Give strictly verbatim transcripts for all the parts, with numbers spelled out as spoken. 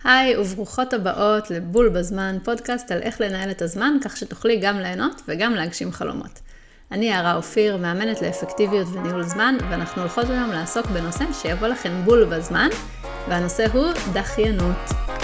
היי וברוכות הבאות לבול בזמן, פודקאסט על איך לנהל את הזמן, כך שתוכלי גם ליהנות וגם להגשים חלומות. אני יערה אופיר, מאמנת לאפקטיביות וניהול זמן, ואנחנו הולכות היום לעסוק בנושא שיבוא לכם בול בזמן, והנושא הוא דחיינות.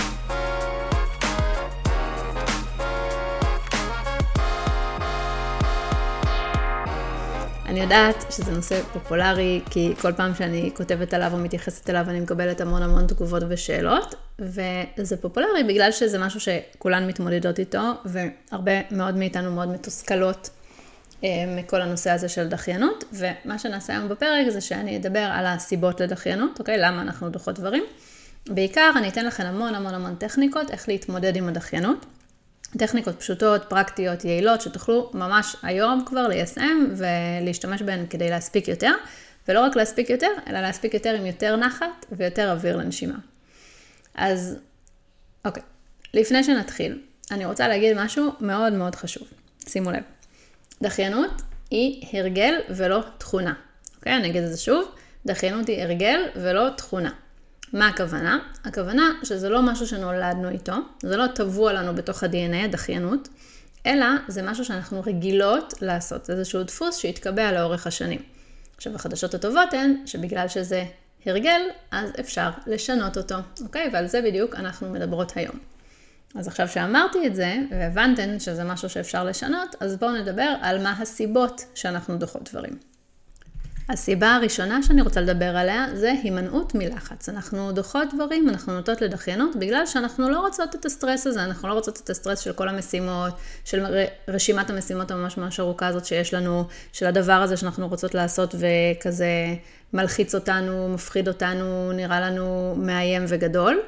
אני יודעת שזה נושא פופולרי, כי כל פעם שאני כותבת עליו או מתייחסת אליו, אני מקבלת המון המון תגובות ושאלות, וזה פופולרי בגלל שזה משהו שכולן מתמודדות איתו, והרבה מאוד מאיתנו מאוד מתוסכלות מכל הנושא הזה של דחיינות, ומה שנעשה היום בפרק זה שאני אדבר על הסיבות לדחיינות, אוקיי? למה אנחנו דוחות דברים. בעיקר אני אתן לכם המון המון המון טכניקות, איך להתמודד עם הדחיינות. טכניקות פשוטות, פרקטיות, יעילות, שתוכלו ממש היום כבר ליישם ולהשתמש בהן כדי להספיק יותר, ולא רק להספיק יותר, אלא להספיק יותר עם יותר נחת ויותר אוויר לנשימה. אז, אוקיי, לפני שנתחיל, אני רוצה להגיד משהו מאוד מאוד חשוב. שימו לב, דחיינות היא הרגל ולא תכונה. אוקיי, אני אגיד את זה שוב, דחיינות היא הרגל ולא תכונה. מה הכוונה? הכוונה שזה לא משהו שנולדנו איתו, זה לא טבוע לנו בתוך ה-די אן איי, הדחיינות, אלא זה משהו שאנחנו רגילות לעשות, זה איזשהו דפוס שהתקבע לאורך השנים. עכשיו, החדשות הטובות הן שבגלל שזה הרגל, אז אפשר לשנות אותו, אוקיי? ועל זה בדיוק אנחנו מדברות היום. אז עכשיו שאמרתי את זה, והבנתן שזה משהו שאפשר לשנות, אז בואו נדבר על מה הסיבות שאנחנו דוחות דברים. הסיבה הראשונה שאני רוצה לדבר עליה זה הימנעות מלחץ. אנחנו דוחות דברים, אנחנו נוטות לדחיינות, בגלל שאנחנו לא רוצות את הסטרס הזה, אנחנו לא רוצות את הסטרס של כל המשימות, של רשימת המשימות הממש ממש ארוכה הזאת שיש לנו, של הדבר הזה שאנחנו רוצות לעשות וכזה מלחיץ אותנו, מפחיד אותנו, נראה לנו מאיים וגדול.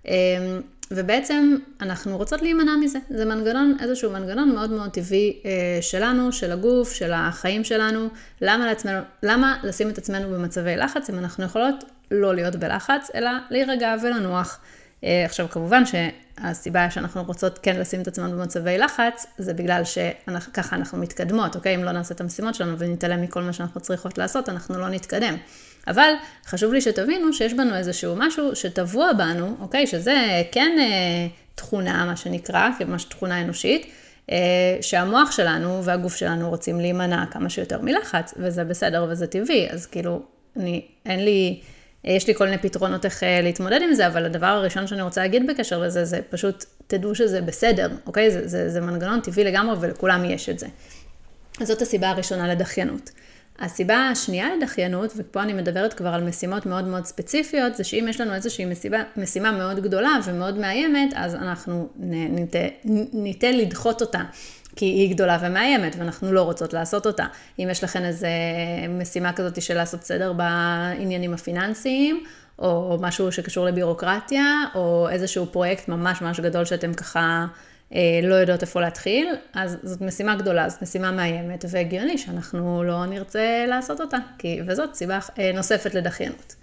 ובעצם אנחנו רוצות להימנע מזה. זה מנגנון, איזשהו מנגנון מאוד מאוד טבעי שלנו, של הגוף, של החיים שלנו. למה, לעצמנו, למה לשים את עצמנו במצבי לחץ, אם אנחנו יכולות לא להיות בלחץ, אלא להירגע ולנוח. עכשיו, כמובן שהסיבה שאנחנו רוצות כן לשים את עצמנו במצבי לחץ, זה בגלל שככה אנחנו מתקדמות, אוקיי? אם לא נעשה את המשימות שלנו ונתעלם מכל מה שאנחנו צריכות לעשות, אנחנו לא נתקדם. אבל חשוב לי שתבינו שיש בנו איזשהו משהו שטבוע בנו, אוקיי? שזה כן אה, תכונה, מה שנקרא, כממש תכונה אנושית, אה, שהמוח שלנו והגוף שלנו רוצים להימנע כמה שיותר מלחץ, וזה בסדר וזה טבעי, אז כאילו, אני, אין לי, יש לי כל מיני פתרונות איך אה, להתמודד עם זה, אבל הדבר הראשון שאני רוצה להגיד בקשר לזה, זה פשוט תדעו שזה בסדר, אוקיי? זה, זה, זה מנגנון טבעי לגמרי ולכולם יש את זה. אז זאת הסיבה הראשונה לדחיינות. הסיבה השנייה לדחיינות, ופה אני מדברת כבר על משימות מאוד מאוד ספציפיות, זה שאם יש לנו איזושהי משימה, משימה מאוד גדולה ומאוד מאיימת, אז אנחנו ניתן, ניתן לדחות אותה, כי היא גדולה ומאיימת, ואנחנו לא רוצות לעשות אותה. אם יש לכם איזו משימה כזאת של לעשות סדר בעניינים הפיננסיים, או משהו שקשור לבירוקרטיה, או איזשהו פרויקט ממש ממש גדול שאתם ככה לא יודעות איפה להתחיל, אז זאת משימה גדולה, זאת משימה מאיימת והגיוני שאנחנו לא נרצה לעשות אותה, כי, וזאת סיבה נוספת לדחיינות.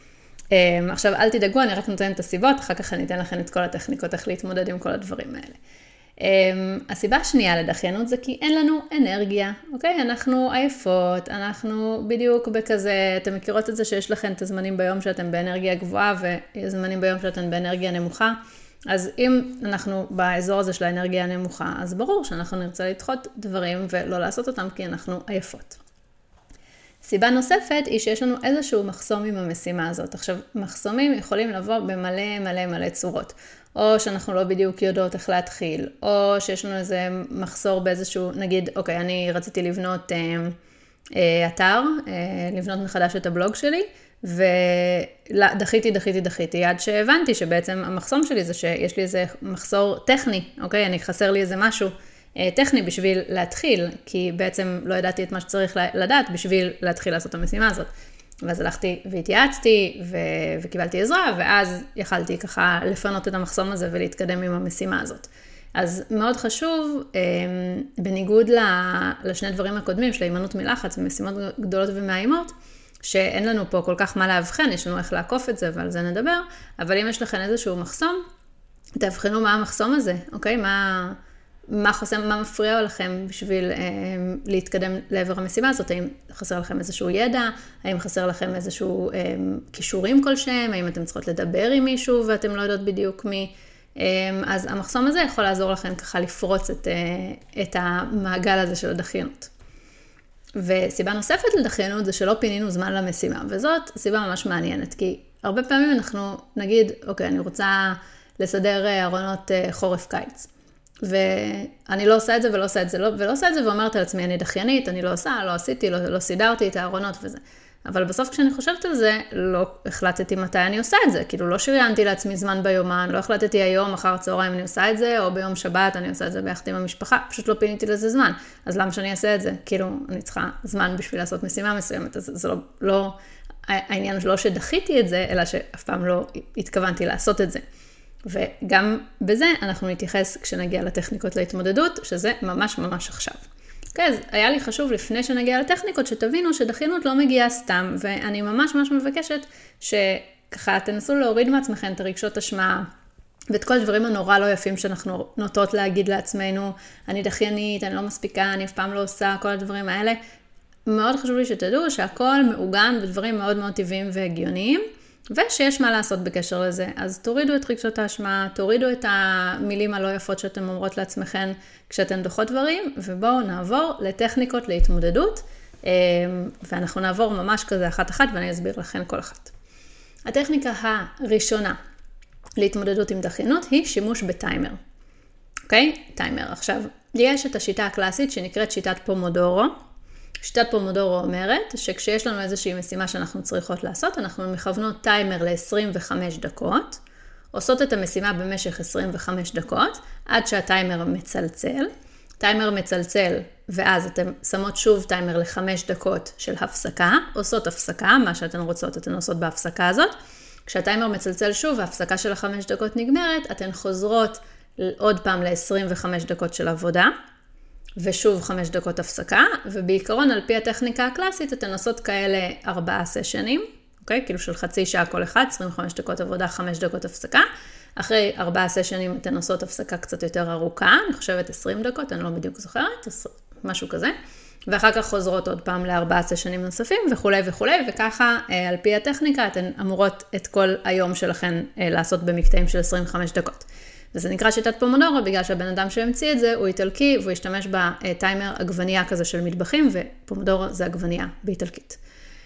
עכשיו, אל תדאגו, אני רק נותנת את הסיבות, אחר כך אני אתן לכם את כל הטכניקות, איך להתמודד עם כל הדברים האלה. הסיבה השנייה לדחיינות זה כי אין לנו אנרגיה, אוקיי? אנחנו עייפות, אנחנו בדיוק בכזה, אתם מכירות את זה שיש לכם את הזמנים ביום שאתם באנרגיה גבוהה, וזמנים ביום שאתם באנרגיה נמוכה, אז אם אנחנו באזור הזה של האנרגיה הנמוכה, אז ברור שאנחנו נרצה לדחות דברים ולא לעשות אותם כי אנחנו עייפות. סיבה נוספת היא שיש לנו איזשהו מחסום עם המשימה הזאת. עכשיו, מחסומים יכולים לבוא במלא מלא מלא צורות. או שאנחנו לא בדיוק יודעות איך להתחיל, או שיש לנו איזה מחסור באיזשהו, נגיד, אוקיי, אני רציתי לבנות אה, אה, אתר, אה, לבנות מחדש את הבלוג שלי, ודחיתי, דחיתי, דחיתי, עד שהבנתי שבעצם המחסום שלי זה שיש לי איזה מחסור טכני, אוקיי? אני חסר לי איזה משהו טכני בשביל להתחיל, כי בעצם לא ידעתי את מה שצריך לדעת בשביל להתחיל לעשות את המשימה הזאת. ואז הלכתי והתייעצתי ו... וקיבלתי עזרה, ואז יכלתי ככה לפנות את המחסום הזה ולהתקדם עם המשימה הזאת. אז מאוד חשוב, בניגוד לשני דברים הקודמים, של הימנעות מלחץ ומשימות גדולות ומאיימות, שאין לנו פה כל כך מה להבחן, יש לנו איך לעקוף את זה ועל זה נדבר, אבל אם יש לכם איזשהו מחסום, תאבחנו מה המחסום הזה, אוקיי? מה, מה חוסם, מה מפריע לכם בשביל אה, להתקדם לעבר המשימה הזאת? האם חסר לכם איזשהו ידע? האם חסר לכם איזשהו אה, כישורים כלשהם? האם אתם צריכות לדבר עם מישהו ואתם לא יודעות בדיוק מי? אה, אז המחסום הזה יכול לעזור לכם ככה לפרוץ את, אה, את המעגל הזה של הדחיינות. וסיבה נוספת לדחיינות זה שלא פינינו זמן למשימה, וזאת סיבה ממש מעניינת, כי הרבה פעמים אנחנו נגיד, אוקיי, אני רוצה לסדר ארונות חורף קיץ. ואני לא עושה את זה ולא עושה את זה, ולא עושה את זה ואומרת על עצמי, אני דחיינית, אני לא עושה, לא עשיתי, לא, לא סידרתי את הארונות וזה. אבל בסוף כשאני חושבת על זה, לא החלטתי מתי אני עושה את זה, כאילו לא שריינתי לעצמי זמן ביומן, לא החלטתי היום, מחר צהריים אני עושה את זה, או ביום שבת אני עושה את זה ביחד עם המשפחה, פשוט לא פיניתי לזה זמן. אז למה שאני אעשה את זה? כאילו, אני צריכה זמן בשביל לעשות משימה מסוימת, אז זה לא, לא, העניין לא שדחיתי את זה, אלא שאף פעם לא התכוונתי לעשות את זה. וגם בזה אנחנו נתייחס כשנגיע לטכניקות להתמודדות, שזה ממש ממש עכשיו. אוקיי, אז היה לי חשוב לפני שנגיע לטכניקות, שתבינו שדחיינות לא מגיעה סתם, ואני ממש ממש מבקשת שככה תנסו להוריד מעצמכם את הרגשות אשמה, ואת כל הדברים הנורא לא יפים שאנחנו נוטות להגיד לעצמנו, אני דחיינית, אני לא מספיקה, אני אף פעם לא עושה, כל הדברים האלה. מאוד חשוב לי שתדעו שהכל מעוגן בדברים מאוד מאוד טבעיים והגיוניים, ושיש מה לעשות בקשר לזה. אז תורידו את רגשות האשמה, תורידו את המילים הלא יפות שאתם אומרות לעצמכם כשאתן דוחות דברים, ובואו נעבור לטכניקות להתמודדות, ואנחנו נעבור ממש כזה אחת אחת, ואני אסביר לכם כל אחת. הטכניקה הראשונה להתמודדות עם דחיינות היא שימוש בטיימר. אוקיי? טיימר. עכשיו, יש את השיטה הקלאסית שנקראת שיטת פומודורו. שיטת פומודורו אומרת שכשיש לנו איזושהי משימה שאנחנו צריכות לעשות, אנחנו מכוונות טיימר ל-עשרים וחמש דקות, עושות את המשימה במשך עשרים וחמש דקות, עד שהטיימר מצלצל. טיימר מצלצל, ואז אתן שמות שוב טיימר לחמש דקות של הפסקה, עושות הפסקה, מה שאתן רוצות, אתן עושות בהפסקה הזאת. כשהטיימר מצלצל שוב, ההפסקה של החמש דקות נגמרת, אתן חוזרות עוד פעם ל-עשרים וחמש דקות של עבודה, ושוב חמש דקות הפסקה, ובעיקרון על פי הטכניקה הקלאסית, אתן עושות כאלה ארבעה סשנים, אוקיי? כאילו של חצי שעה כל אחד, עשרים וחמש דקות עבודה, חמש דקות הפסקה. אחרי ארבעה סשנים אתן עושות הפסקה קצת יותר ארוכה, אני חושבת עשרים דקות, אני לא בדיוק זוכרת, משהו כזה. ואחר כך חוזרות עוד פעם לארבעה סשנים נוספים וכו' וכו', וככה על פי הטכניקה אתן אמורות את כל היום שלכן לעשות במקטעים של עשרים וחמש דקות. וזה נקרא שיטת פומודורו, בגלל שהבן אדם שהמציא את זה הוא איטלקי, והוא ישתמש בטיימר עגבנייה כזה של מטבחים, ופומודורו זה עגבנייה באיטלקית.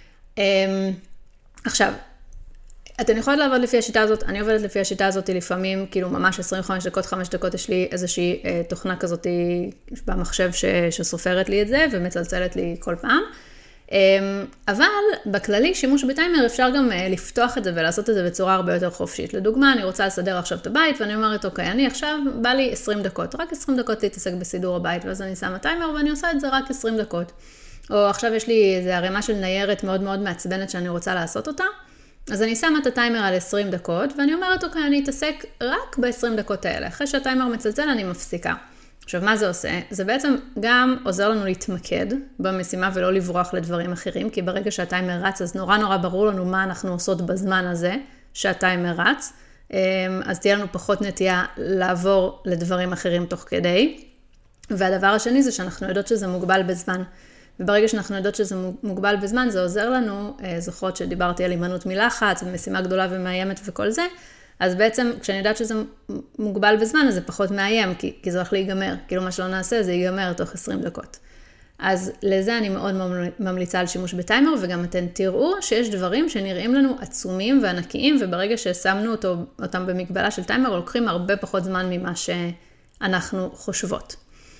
עכשיו, אתן יכולות לעבוד לפי השיטה הזאת, אני עובדת לפי השיטה הזאת לפעמים, כאילו ממש עשרים וחמש דקות, חמש דקות, יש לי איזושהי תוכנה כזאת במחשב ש, שסופרת לי את זה, ומצלצלת לי כל פעם. אבל בכללי שימוש בטיימר אפשר גם לפתוח את זה ולעשות את זה בצורה הרבה יותר חופשית. לדוגמה, אני רוצה לסדר עכשיו את הבית ואני אומרת, אוקיי, אני עכשיו בא לי עשרים דקות, רק עשרים דקות להתעסק בסידור הבית, ואז אני שמה טיימר ואני עושה את זה רק עשרים דקות. או עכשיו יש לי איזו ערימה של ניירת מאוד מאוד מעצבנת שאני רוצה לעשות אותה, אז אני שמה את הטיימר על עשרים דקות ואני אומרת, אוקיי, אני אתעסק רק ב-עשרים דקות האלה. אחרי שהטיימר מצלצל אני מפסיקה. עכשיו, מה זה עושה? זה בעצם גם עוזר לנו להתמקד במשימה ולא לברוח לדברים אחרים, כי ברגע שהטיימר רץ, אז נורא נורא ברור לנו מה אנחנו עושות בזמן הזה שהטיימר רץ, אז תהיה לנו פחות נטייה לעבור לדברים אחרים תוך כדי. והדבר השני זה שאנחנו יודעות שזה מוגבל בזמן, וברגע שאנחנו יודעות שזה מוגבל בזמן, זה עוזר לנו, זוכרות שדיברתי על הימנעות מלחץ, ומשימה גדולה ומאיימת וכל זה, אז בעצם, כשאני יודעת שזה מוגבל בזמן, אז זה פחות מאיים, כי, כי זה הולך להיגמר. כאילו מה שלא נעשה, זה ייגמר תוך עשרים דקות. אז לזה אני מאוד ממליצה על שימוש בטיימר, וגם אתן תראו שיש דברים שנראים לנו עצומים וענקיים, וברגע ששמנו אותו, אותם במגבלה של טיימר, לוקחים הרבה פחות זמן ממה שאנחנו חושבות.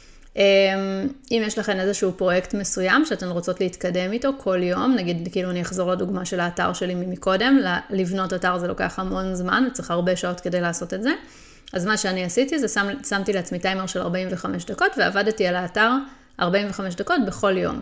אם יש לכם איזשהו פרויקט מסוים שאתן רוצות להתקדם איתו כל יום, נגיד כאילו אני אחזור לדוגמה של האתר שלי ממקודם, לבנות אתר זה לוקח המון זמן, וצריך הרבה שעות כדי לעשות את זה. אז מה שאני עשיתי זה שם, שמתי לעצמי טיימר של ארבעים וחמש דקות, ועבדתי על האתר ארבעים וחמש דקות בכל יום.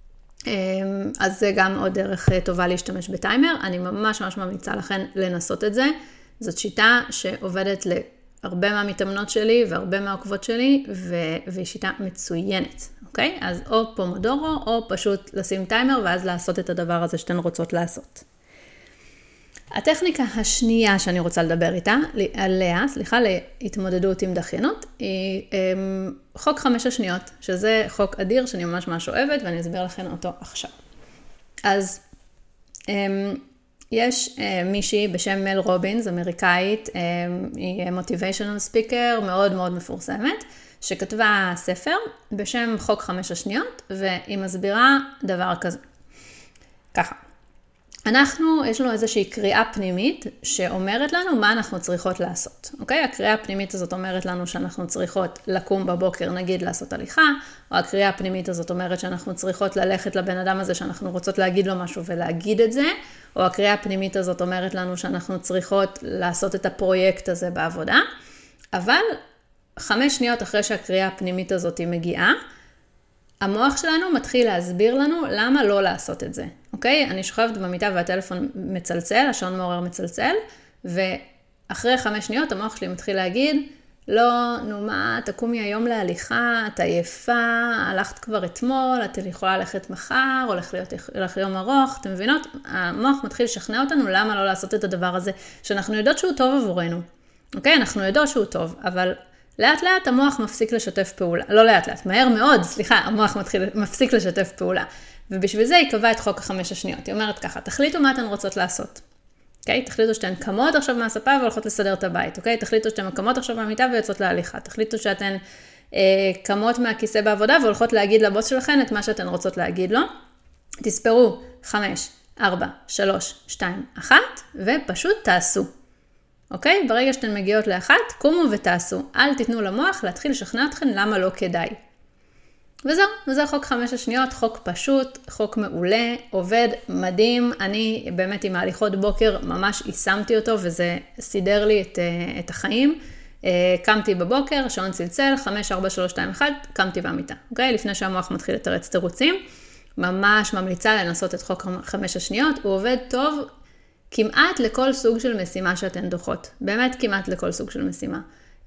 אז זה גם עוד דרך טובה להשתמש בטיימר, אני ממש ממש ממליצה לכן לנסות את זה. זאת שיטה שעובדת ל... הרבה מהמתאמנות שלי והרבה מהעוקבות שלי, והיא שיטה מצוינת, אוקיי? אז או פומודורו, או פשוט לשים טיימר, ואז לעשות את הדבר הזה שאתן רוצות לעשות. הטכניקה השנייה שאני רוצה לדבר איתה, עליה, סליחה, להתמודדות עם דחיינות, היא חוק חמש השניות, שזה חוק אדיר שאני ממש ממש אוהבת, ואני אסביר לכם אותו עכשיו. אז יש מישהי בשם מל רובינס, אמריקאית, היא motivational speaker מאוד מאוד מפורסמת, שכתבה ספר בשם חוק חמש השניות, והיא מסבירה דבר כזה. ככה. אנחנו, יש לנו איזושהי קריאה פנימית שאומרת לנו מה אנחנו צריכות לעשות. אוקיי? הקריאה הפנימית הזאת אומרת לנו שאנחנו צריכות לקום בבוקר, נגיד לעשות הליכה, או הקריאה הפנימית הזאת אומרת שאנחנו צריכות ללכת לבן אדם הזה שאנחנו רוצות להגיד לו משהו ולהגיד את זה, או הקריאה הפנימית הזאת אומרת לנו שאנחנו צריכות לעשות את הפרויקט הזה בעבודה, אבל חמש שניות אחרי שהקריאה הפנימית הזאת היא מגיעה, המוח שלנו מתחיל להסביר לנו למה לא לעשות את זה, אוקיי? אני שוכבת במיטה והטלפון מצלצל, השעון מעורר מצלצל, ואחרי חמש שניות המוח שלי מתחיל להגיד, לא, נו מה, תקומי היום להליכה, את עייפה, הלכת כבר אתמול, את יכולה ללכת מחר, הולך להיות לך יום ארוך, אתם מבינות? המוח מתחיל לשכנע אותנו למה לא לעשות את הדבר הזה, שאנחנו יודעות שהוא טוב עבורנו, אוקיי? אנחנו יודעות שהוא טוב, אבל לאט לאט המוח מפסיק לשתף פעולה, לא לאט לאט, מהר מאוד, סליחה, המוח מתחיל, מפסיק לשתף פעולה. ובשביל זה היא קבעה את חוק החמש השניות. היא אומרת ככה, תחליטו מה אתן רוצות לעשות. אוקיי? תחליטו שאתן קמות עכשיו מהספה והולכות לסדר את הבית. אוקיי? תחליטו שאתן קמות עכשיו מהמיטה ויוצאות להליכה. תחליטו שאתן אה, קמות מהכיסא בעבודה והולכות להגיד לבוס שלכן את מה שאתן רוצות להגיד לו. תספרו חמש, ארבע, שלוש, שתיים, אחת, ופשוט תעשו. אוקיי? ברגע שאתן מגיעות לאחת, קומו ותעשו. אל תיתנו למוח להתחיל לשכנע אתכן למה לא כדאי. וזהו, וזה חוק חמש השניות, חוק פשוט, חוק מעולה, עובד מדהים. אני באמת עם ההליכות בוקר ממש יישמתי אותו, וזה סידר לי את, את החיים. קמתי בבוקר, שעון צלצל, חמש, ארבע, שלוש, שתיים, אחת, קמתי במיטה. אוקיי? לפני שהמוח מתחיל לתרץ תירוצים, ממש ממליצה לנסות את חוק חמש השניות. הוא עובד טוב כמעט לכל סוג של משימה שאתן דוחות. באמת כמעט לכל סוג של משימה.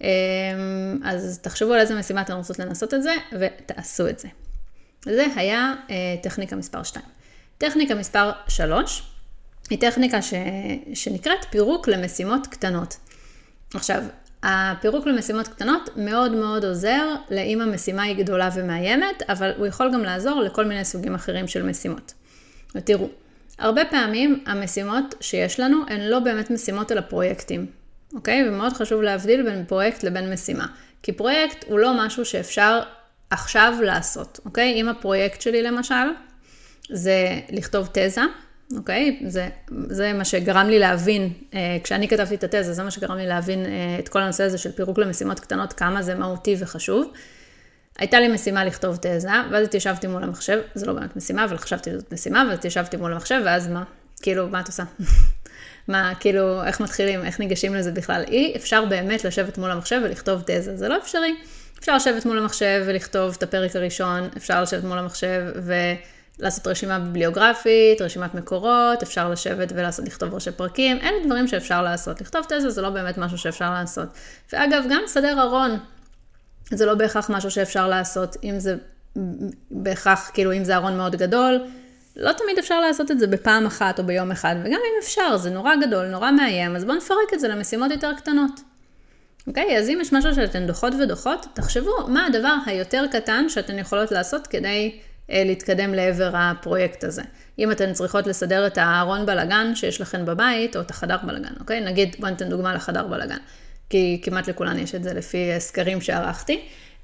אז תחשבו על איזה משימה אתן רוצות לנסות את זה, ותעשו את זה. זה היה טכניקה מספר שתיים. טכניקה מספר שלוש, היא טכניקה ש... שנקראת פירוק למשימות קטנות. עכשיו, הפירוק למשימות קטנות מאוד מאוד עוזר לאם המשימה היא גדולה ומאיימת, אבל הוא יכול גם לעזור לכל מיני סוגים אחרים של משימות. ותראו, הרבה פעמים המשימות שיש לנו הן לא באמת משימות אלא פרויקטים. אוקיי? ומאוד חשוב להבדיל בין פרויקט לבין משימה. כי פרויקט הוא לא משהו שאפשר עכשיו לעשות. אוקיי? אם הפרויקט שלי למשל, זה לכתוב תזה. אוקיי? זה, זה מה שגרם לי להבין, אה, כשאני כתבתי את התזה, זה מה שגרם לי להבין אה, את כל הנושא הזה של פירוק למשימות קטנות, כמה זה מהותי וחשוב. הייתה לי משימה לכתוב תזה, ואז התיישבתי מול המחשב, זה לא באמת משימה, אבל חשבתי זאת משימה, ואז התיישבתי מול המחשב, ואז מה? כאילו, מה את עושה? מה, כאילו, איך מתחילים, איך ניגשים לזה בכלל? אי אפשר באמת לשבת מול המחשב ולכתוב תזה, זה לא אפשרי. אפשר לשבת מול המחשב ולכתוב את הפרק הראשון, אפשר לשבת מול המחשב ולעשות רשימה ביבליוגרפית, רשימת מקורות, אפשר לשבת ולכתוב ראשי פרקים, אלה דברים שאפשר לעשות. לכתוב תזה זה לא באמת משהו שאפשר לעשות. ואגב, גם סדר ארון, זה לא בהכרח משהו שאפשר לעשות, אם זה בהכרח, כאילו, אם זה ארון מאוד גדול, לא תמיד אפשר לעשות את זה בפעם אחת או ביום אחד, וגם אם אפשר, זה נורא גדול, נורא מאיים, אז בואו נפרק את זה למשימות יותר קטנות. אוקיי? אז אם יש משהו שאתן דוחות ודוחות, תחשבו מה הדבר היותר קטן שאתן יכולות לעשות כדי אה, להתקדם לעבר הפרויקט הזה. אם אתן צריכות לסדר את הארון בלגן שיש לכן בבית, או את החדר בלגן, אוקיי? נגיד, בואו ניתן דוגמה לחדר בלגן, כי כמעט לכולן יש את זה לפי סקרים שערכתי.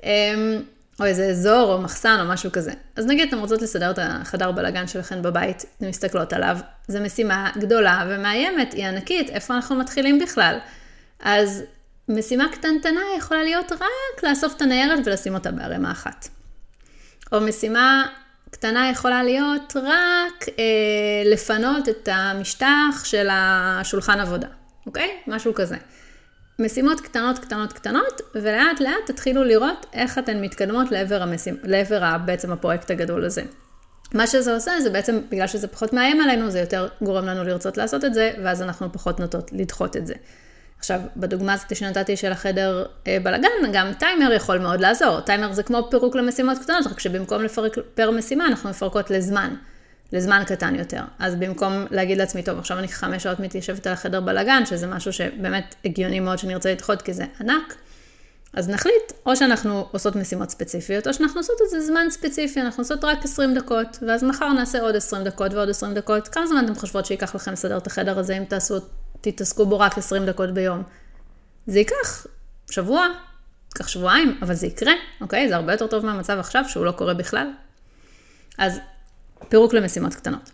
או איזה אזור או מחסן או משהו כזה. אז נגיד אתם רוצות לסדר את החדר בלגן שלכן בבית, אתם מסתכלות עליו, זו משימה גדולה ומאיימת, היא ענקית, איפה אנחנו מתחילים בכלל? אז משימה קטנטנה יכולה להיות רק לאסוף את הניירת ולשים אותה בערימה אחת. או משימה קטנה יכולה להיות רק אה, לפנות את המשטח של השולחן עבודה, אוקיי? משהו כזה. משימות קטנות, קטנות, קטנות, ולאט לאט תתחילו לראות איך אתן מתקדמות לעבר, המשימ... לעבר בעצם הפרויקט הגדול הזה. מה שזה עושה, זה בעצם, בגלל שזה פחות מאיים עלינו, זה יותר גורם לנו לרצות לעשות את זה, ואז אנחנו פחות נוטות לדחות את זה. עכשיו, בדוגמה הזאת שנתתי של החדר אה, בלגן, גם טיימר יכול מאוד לעזור. טיימר זה כמו פירוק למשימות קטנות, רק שבמקום לפרק פר משימה, אנחנו מפרקות לזמן. לזמן קטן יותר. אז במקום להגיד לעצמי, טוב, עכשיו אני חמש שעות מתיישבת על החדר בלגן, שזה משהו שבאמת הגיוני מאוד שאני רוצה לדחות, כי זה ענק, אז נחליט, או שאנחנו עושות משימות ספציפיות, או שאנחנו עושות את זה זמן ספציפי, אנחנו עושות רק עשרים דקות, ואז מחר נעשה עוד עשרים דקות ועוד עשרים דקות. כמה זמן אתם חושבות שיקח לכם לסדר את החדר הזה, אם תעשו, תתעסקו בו רק עשרים דקות ביום? זה ייקח שבוע, ייקח שבועיים, אבל זה יקרה, אוקיי? זה הרבה יותר טוב מהמצב עכשיו, שהוא לא קורה בכלל. אז פירוק למשימות קטנות.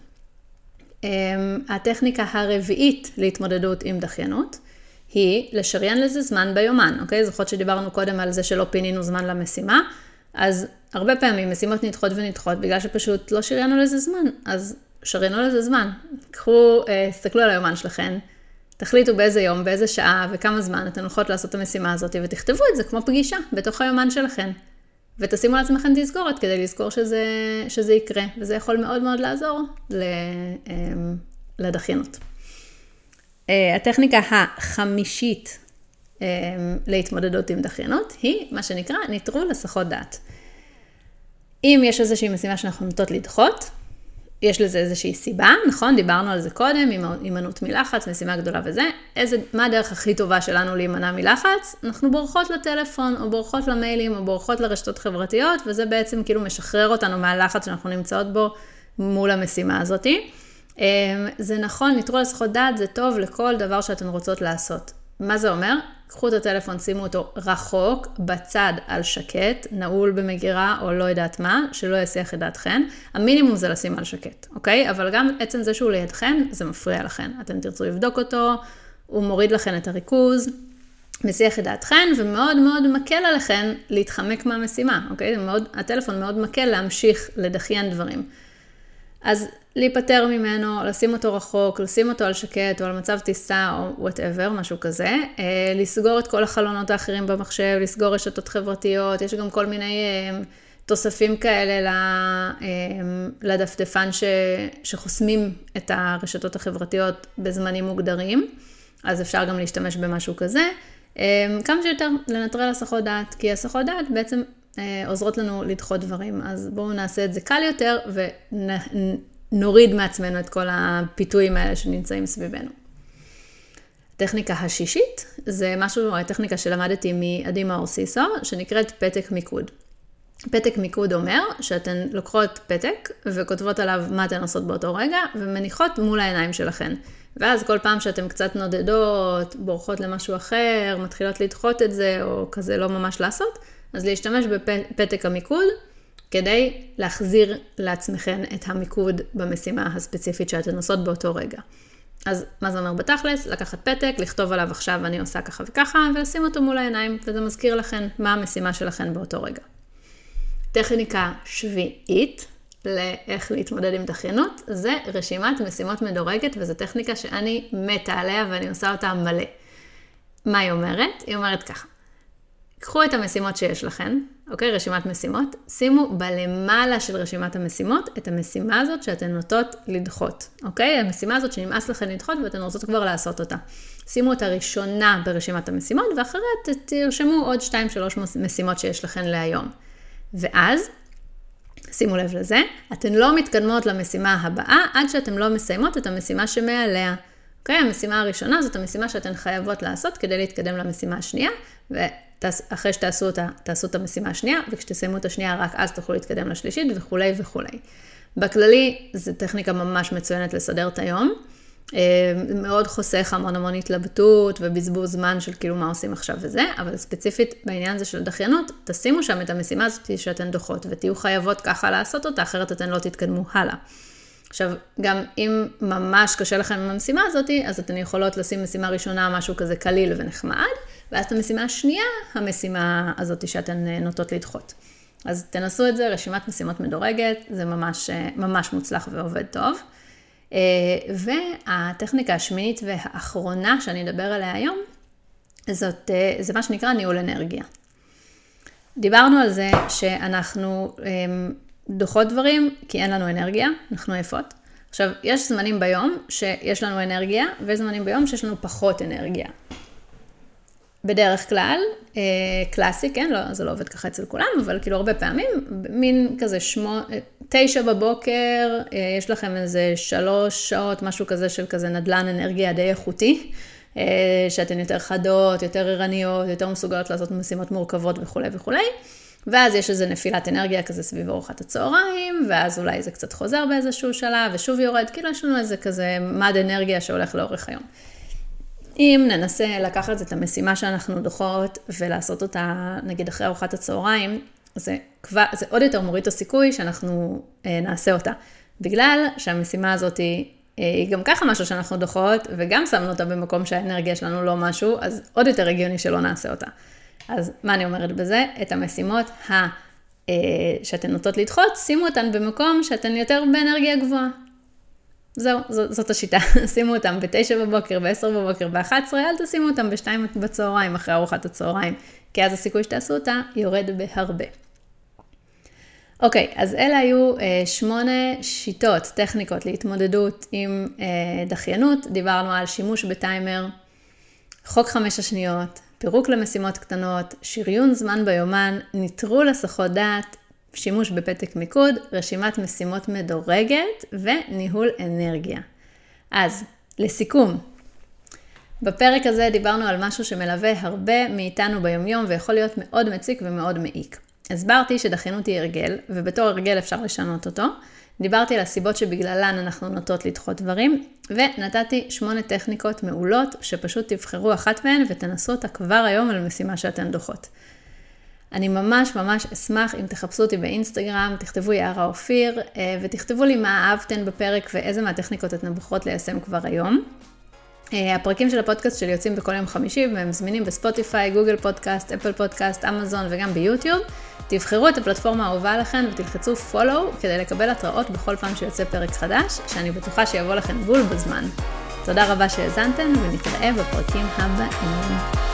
הטכניקה הרביעית להתמודדות עם דחיינות, היא לשריין לזה זמן ביומן, אוקיי? זוכרות שדיברנו קודם על זה שלא פינינו זמן למשימה, אז הרבה פעמים משימות נדחות ונדחות, בגלל שפשוט לא שריינו לזה זמן, אז שריינו לזה זמן. קחו, תסתכלו על היומן שלכם, תחליטו באיזה יום, באיזה שעה וכמה זמן אתן הולכות לעשות את המשימה הזאת, ותכתבו את זה כמו פגישה בתוך היומן שלכם. ותשימו לעצמכם תזכורת כדי לזכור שזה, שזה יקרה, וזה יכול מאוד מאוד לעזור לדחיינות. הטכניקה החמישית להתמודדות עם דחיינות היא מה שנקרא ניטרול הסחות דעת. אם יש איזושהי משימה שאנחנו נוטות לדחות, יש לזה איזושהי סיבה, נכון? דיברנו על זה קודם, הימנעות מלחץ, משימה גדולה וזה. איזה, מה הדרך הכי טובה שלנו להימנע מלחץ? אנחנו בורחות לטלפון, או בורחות למיילים, או בורחות לרשתות חברתיות, וזה בעצם כאילו משחרר אותנו מהלחץ שאנחנו נמצאות בו מול המשימה הזאת. זה נכון, ניטרול הסחות דעת זה טוב לכל דבר שאתן רוצות לעשות. מה זה אומר? קחו את הטלפון, שימו אותו רחוק, בצד על שקט, נעול במגירה או לא יודעת מה, שלא יסיח את דעתכן. המינימום זה לשים על שקט, אוקיי? אבל גם עצם זה שהוא לידכן, זה מפריע לכן. אתן תרצו לבדוק אותו, הוא מוריד לכן את הריכוז, מסיח את דעתכן, ומאוד מאוד מקל עליכן להתחמק מהמשימה, אוקיי? מאוד, הטלפון מאוד מקל להמשיך לדחיין דברים. אז להיפטר ממנו, לשים אותו רחוק, לשים אותו על שקט או על מצב טיסה או whatever, משהו כזה. לסגור את כל החלונות האחרים במחשב, לסגור רשתות חברתיות, יש גם כל מיני תוספים כאלה לדפדפן שחוסמים את הרשתות החברתיות בזמנים מוגדרים, אז אפשר גם להשתמש במשהו כזה. כמה שיותר לנטרל הסחות דעת, כי הסחות דעת בעצם עוזרות לנו לדחות דברים, אז בואו נעשה את זה קל יותר ונוריד מעצמנו את כל הפיתויים האלה שנמצאים סביבנו. הטכניקה השישית זה משהו, הטכניקה שלמדתי מעדי מאור סיסו, שנקראת פתק מיקוד. פתק מיקוד אומר שאתן לוקחות פתק וכותבות עליו מה אתן עושות באותו רגע, ומניחות מול העיניים שלכן. ואז כל פעם שאתן קצת נודדות, בורחות למשהו אחר, מתחילות לדחות את זה, או כזה לא ממש לעשות, אז להשתמש בפתק המיקוד, כדי להחזיר לעצמכם את המיקוד במשימה הספציפית שאתן עושות באותו רגע. אז מה זה אומר בתכלס? לקחת פתק, לכתוב עליו עכשיו אני עושה ככה וככה, ולשים אותו מול העיניים, וזה מזכיר לכם מה המשימה שלכם באותו רגע. טכניקה שביעית, לאיך להתמודד עם דחיינות, זה רשימת משימות מדורגת, וזו טכניקה שאני מתה עליה ואני עושה אותה מלא. מה היא אומרת? היא אומרת ככה. קחו את המשימות שיש לכם, אוקיי? רשימת משימות, שימו בלמעלה של רשימת המשימות את המשימה הזאת שאתן נוטות לדחות, אוקיי? המשימה הזאת שנמאס לכם לדחות ואתן רוצות כבר לעשות אותה. שימו את הראשונה ברשימת המשימות, ואחריה תרשמו עוד שתיים שלוש משימות שיש לכם להיום. ואז, שימו לב לזה, אתן לא מתקדמות למשימה הבאה עד שאתן לא מסיימות את המשימה שמעליה. אוקיי? המשימה הראשונה זאת המשימה שאתן חייבות לעשות כדי להתקדם למשימה השנייה, ואחרי שתעשו אותה, תעשו את המשימה השנייה, וכשתסיימו את השנייה רק אז תוכלו להתקדם לשלישית וכו' וכו'. בכללי, זו טכניקה ממש מצוינת לסדר את היום, מאוד חוסך המון המון התלבטות ובזבוז זמן של כאילו מה עושים עכשיו וזה, אבל ספציפית בעניין הזה של דחיינות, תשימו שם את המשימה הזאת שאתן דוחות, ותהיו חייבות ככה לעשות אותה, אחרת אתן לא תתקדמו הלאה. עכשיו, גם אם ממש קשה לכם עם המשימה הזאת, אז אתן יכולות לשים משימה ראשונה משהו כזה קליל ונחמד, ואז את המשימה השנייה, המשימה הזאת שאתן נוטות לדחות. אז תנסו את זה, רשימת משימות מדורגת, זה ממש, ממש מוצלח ועובד טוב. והטכניקה השמינית והאחרונה שאני אדבר עליה היום, זאת, זה מה שנקרא ניהול אנרגיה. דיברנו על זה שאנחנו דוחות דברים כי אין לנו אנרגיה, אנחנו עייפות. עכשיו, יש זמנים ביום שיש לנו אנרגיה, ויש זמנים ביום שיש לנו פחות אנרגיה. בדרך כלל, קלאסי, כן, לא, זה לא עובד ככה אצל כולם, אבל כאילו הרבה פעמים, מין כזה שמו, תשע בבוקר, יש לכם איזה שלוש שעות, משהו כזה של כזה נדלן אנרגיה די איכותי, שאתן יותר חדות, יותר ערניות, יותר מסוגלות לעשות משימות מורכבות וכו' וכו'. ואז יש איזה נפילת אנרגיה כזה סביב ארוחת הצהריים, ואז אולי זה קצת חוזר באיזשהו שלב, ושוב יורד, כאילו יש לנו איזה כזה מד אנרגיה שהולך לאורך היום. אם ננסה לקחת את המשימה שאנחנו דוחות, ולעשות אותה נגיד אחרי ארוחת הצהריים, זה, כבר, זה עוד יותר מוריד את הסיכוי שאנחנו אה, נעשה אותה. בגלל שהמשימה הזאת היא, היא גם ככה משהו שאנחנו דוחות, וגם שמנו אותה במקום שהאנרגיה שלנו לא משהו, אז עוד יותר הגיוני שלא נעשה אותה. אז מה אני אומרת בזה? את המשימות ה, אה, שאתן נוטות לדחות, שימו אותן במקום שאתן יותר באנרגיה גבוהה. זהו, זאת, זאת השיטה. שימו אותם בתשע בבוקר, בעשר בבוקר, באחת עשרה, אל תשימו אותם בשתיים בצהריים, אחרי ארוחת הצהריים, כי אז הסיכוי שתעשו אותה יורד בהרבה. אוקיי, אז אלה היו אה, שמונה שיטות, טכניקות להתמודדות עם אה, דחיינות. דיברנו על שימוש בטיימר, חוק חמש השניות, פירוק למשימות קטנות, שריון זמן ביומן, ניטרול הסחות דעת, שימוש בפתק מיקוד, רשימת משימות מדורגת וניהול אנרגיה. אז לסיכום, בפרק הזה דיברנו על משהו שמלווה הרבה מאיתנו ביומיום ויכול להיות מאוד מציק ומאוד מעיק. הסברתי שדחיינות היא הרגל, ובתור הרגל אפשר לשנות אותו. דיברתי על הסיבות שבגללן אנחנו נוטות לדחות דברים, ונתתי שמונה טכניקות מעולות שפשוט תבחרו אחת מהן ותנסו אותה כבר היום על משימה שאתן דוחות. אני ממש ממש אשמח אם תחפשו אותי באינסטגרם, תכתבו יערה אופיר, ותכתבו לי מה אהבתן בפרק ואיזה מהטכניקות אתן בוחרות ליישם כבר היום. הפרקים של הפודקאסט שלי יוצאים בכל יום חמישי, והם זמינים בספוטיפיי, גוגל פודקאסט, אפל פודקאסט, אמזון וגם ביוטיוב. תבחרו את הפלטפורמה האהובה לכן ותלחצו פולו כדי לקבל התראות בכל פעם שיוצא פרק חדש, שאני בטוחה שיבוא לכם בול בזמן. תודה רבה שהאזנתן ונתראה בפרקים הבאים.